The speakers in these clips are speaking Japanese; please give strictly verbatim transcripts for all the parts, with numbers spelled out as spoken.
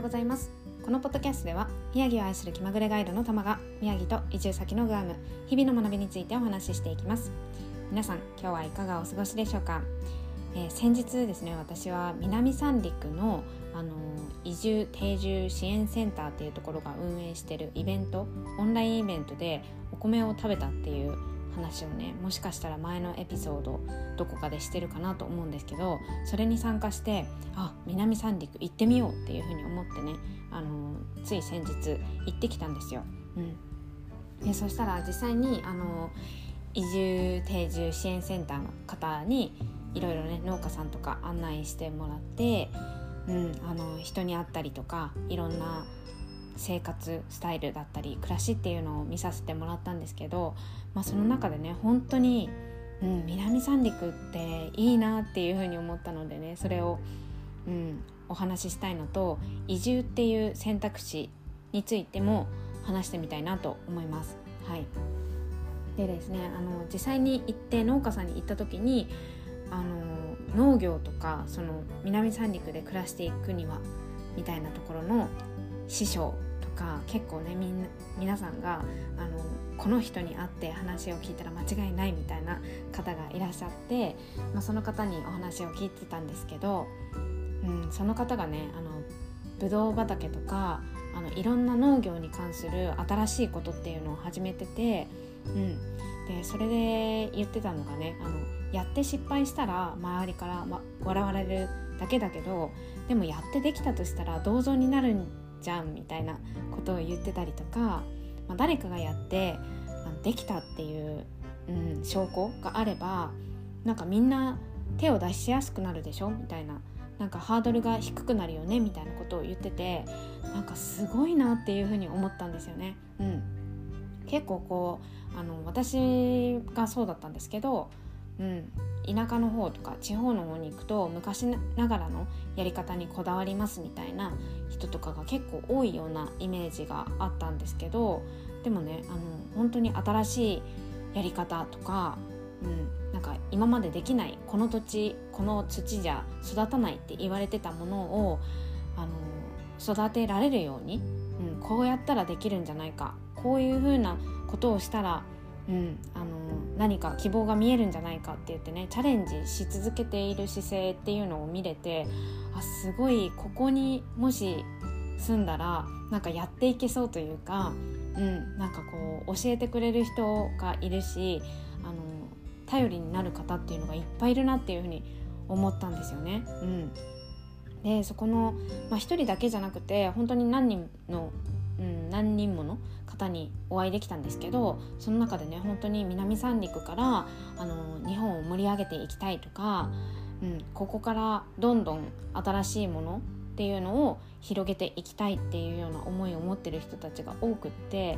ございます。このポッドキャストでは宮城を愛する気まぐれガイドのたまが宮城と移住先のグアム、日々の学びについてお話ししていきます。皆さん今日はいかがお過ごしでしょうか。えー、先日ですね、私は南三陸の、あのー、移住定住支援センターっていうところが運営しているイベントオンラインイベントでお米を食べたっていう話をね、もしかしたら前のエピソードどこかでしてるかなと思うんですけど、それに参加してあ南三陸行ってみようっていうふうに思ってね、あのつい先日行ってきたんですよ。うん、でそしたら実際にあの移住定住支援センターの方にいろいろね農家さんとか案内してもらって、うん、あの人に会ったりとかいろんな生活スタイルだったり暮らしっていうのを見させてもらったんですけど、まあ、その中でね本当に、うん、南三陸っていいなっていうふうに思ったのでね、それを、うん、お話ししたいのと、移住っていう選択肢についても話してみたいなと思います。はい。でですね、あの実際に行って農家さんに行った時にあの農業とかその南三陸で暮らしていくにはみたいなところの師匠とか結構ねみんな皆さんがあのこの人に会って話を聞いたら間違いないみたいな方がいらっしゃって、まあ、その方にお話を聞いてたんですけど、うん、その方がねあのぶどう畑とかあのいろんな農業に関する新しいことっていうのを始めてて、うん、でそれで言ってたのがね、あのやって失敗したら周りから、ま、笑われるだけだけど、でもやってできたとしたら銅像になるんじゃんみたいなことを言ってたりとか、まあ、誰かがやってできたっていう、うん、証拠があればなんかみんな手を出しやすくなるでしょみたいな、なんかハードルが低くなるよねみたいなことを言ってて、なんかすごいなっていうふうに思ったんですよね。うん、結構こうあの私がそうだったんですけど、うん、田舎の方とか地方の方に行くと昔ながらのやり方にこだわりますみたいな人とかが結構多いようなイメージがあったんですけど、でもねあの本当に新しいやり方とか、うん、なんか今までできないこの土地この土じゃ育たないって言われてたものをあの育てられるように、うん、こうやったらできるんじゃないか、こういう風なことをしたらうん、あの何か希望が見えるんじゃないかって言ってねチャレンジし続けている姿勢っていうのを見れて、あすごいここにもし住んだらなんかやっていけそうというか、うん、なんかこう教えてくれる人がいるし、あの頼りになる方っていうのがいっぱいいるなっていうふうに思ったんですよね。うん、でそこの、まあ、一人だけじゃなくて本当に何人の、うん、何人もの方にお会いできたんですけど、その中でね本当に南三陸からあの日本を盛り上げていきたいとか、うん、ここからどんどん新しいものっていうのを広げていきたいっていうような思いを持ってる人たちが多くって、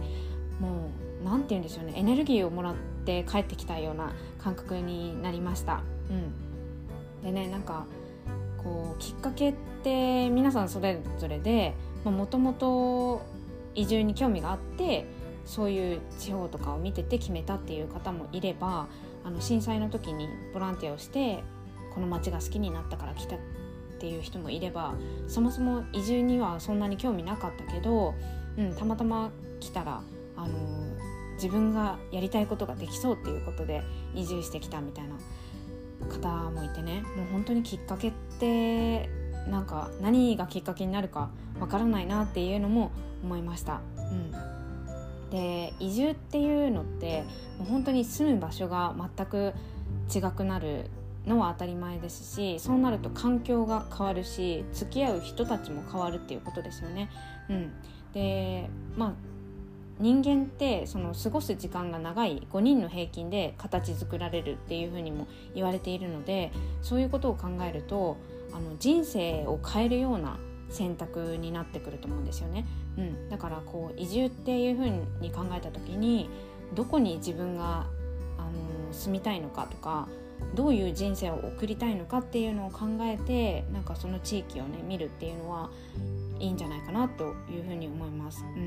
もうなんて言うんでしょうね、エネルギーをもらって帰ってきたような感覚になりました。うん、でねなんかこうきっかけって皆さんそれぞれでもともと移住に興味があってそういう地方とかを見てて決めたっていう方もいれば、あの震災の時にボランティアをしてこの町が好きになったから来たっていう人もいれば、そもそも移住にはそんなに興味なかったけど、うん、たまたま来たらあの自分がやりたいことができそうっていうことで移住してきたみたいな方もいてね、もう本当にきっかけってなんか何がきっかけになるかわからないなっていうのも思いました。うん、で移住っていうのってもう本当に住む場所が全く違くなるのは当たり前ですし、そうなると環境が変わるし付き合う人たちも変わるっていうことですよね。うん、でまあ人間ってその過ごす時間が長いごにんの平均で形作られるっていうふうにも言われているので、そういうことを考えるとあの人生を変えるような選択になってくると思うんですよね。うん、だからこう移住っていうふうに考えた時にどこに自分があの住みたいのかとかどういう人生を送りたいのかっていうのを考えて、なんかその地域をね見るっていうのはいいんじゃないかなというふうに思います。うん、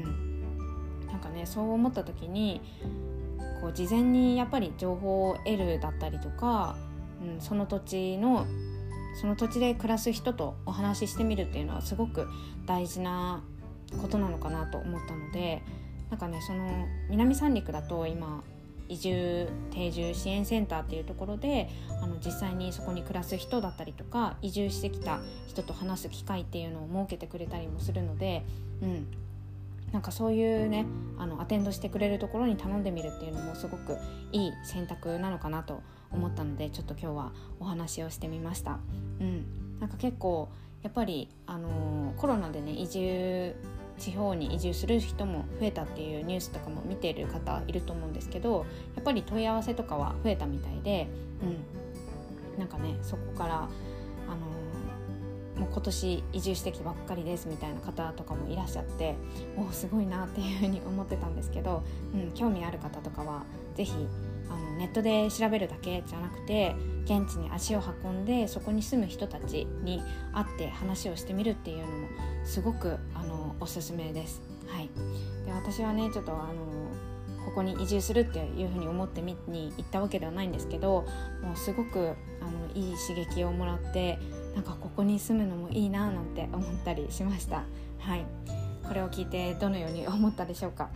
なんかねそう思った時にこう事前にやっぱり情報を得るだったりとか、うん、その土地のその土地で暮らす人とお話ししてみるっていうのはすごく大事なことなのかなと思ったので、なんかねその南三陸だと今移住定住支援センターっていうところであの実際にそこに暮らす人だったりとか移住してきた人と話す機会っていうのを設けてくれたりもするので、うん、なんかそういうねあのアテンドしてくれるところに頼んでみるっていうのもすごくいい選択なのかなと思ったので、ちょっと今日はお話をしてみました。うん、なんか結構やっぱり、あのー、コロナでね移住地方に移住する人も増えたっていうニュースとかも見ている方いると思うんですけど、やっぱり問い合わせとかは増えたみたいで、うん、なんかねそこから、あのー、もう今年移住してきてばっかりですみたいな方とかもいらっしゃって、おすごいなっていうふうに思ってたんですけど、うん、興味ある方とかはぜひあのネットで調べるだけじゃなくて現地に足を運んでそこに住む人たちに会って話をしてみるっていうのもすごくあのおすすめです。はい、で私はねちょっとあのここに移住するっていうふうに思って見に行ったわけではないんですけど、もうすごくあのいい刺激をもらって、なんかここに住むのもいいななんて思ったりしました。はい、これを聞いてどのように思ったでしょうか。はい、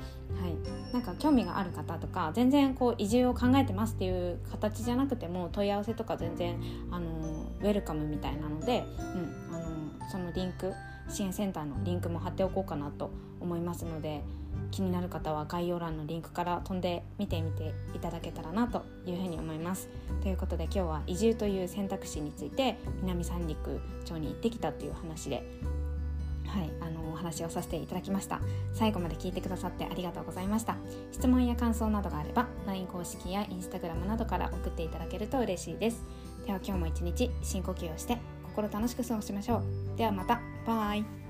なんか興味がある方とか全然こう移住を考えてますっていう形じゃなくても問い合わせとか全然あのウェルカムみたいなので、うん、あのそのリンク支援センターのリンクも貼っておこうかなと思いますので、気になる方は概要欄のリンクから飛んで見てみていただけたらなというふうに思います。ということで今日は移住という選択肢について南三陸町に行ってきたという話で、はい、あのお話をさせていただきました。最後まで聞いてくださってありがとうございました。質問や感想などがあれば ライン 公式や インスタグラム などから送っていただけると嬉しいです。では今日も一日深呼吸をして心楽しく過ごしましょう。ではまた。バイ。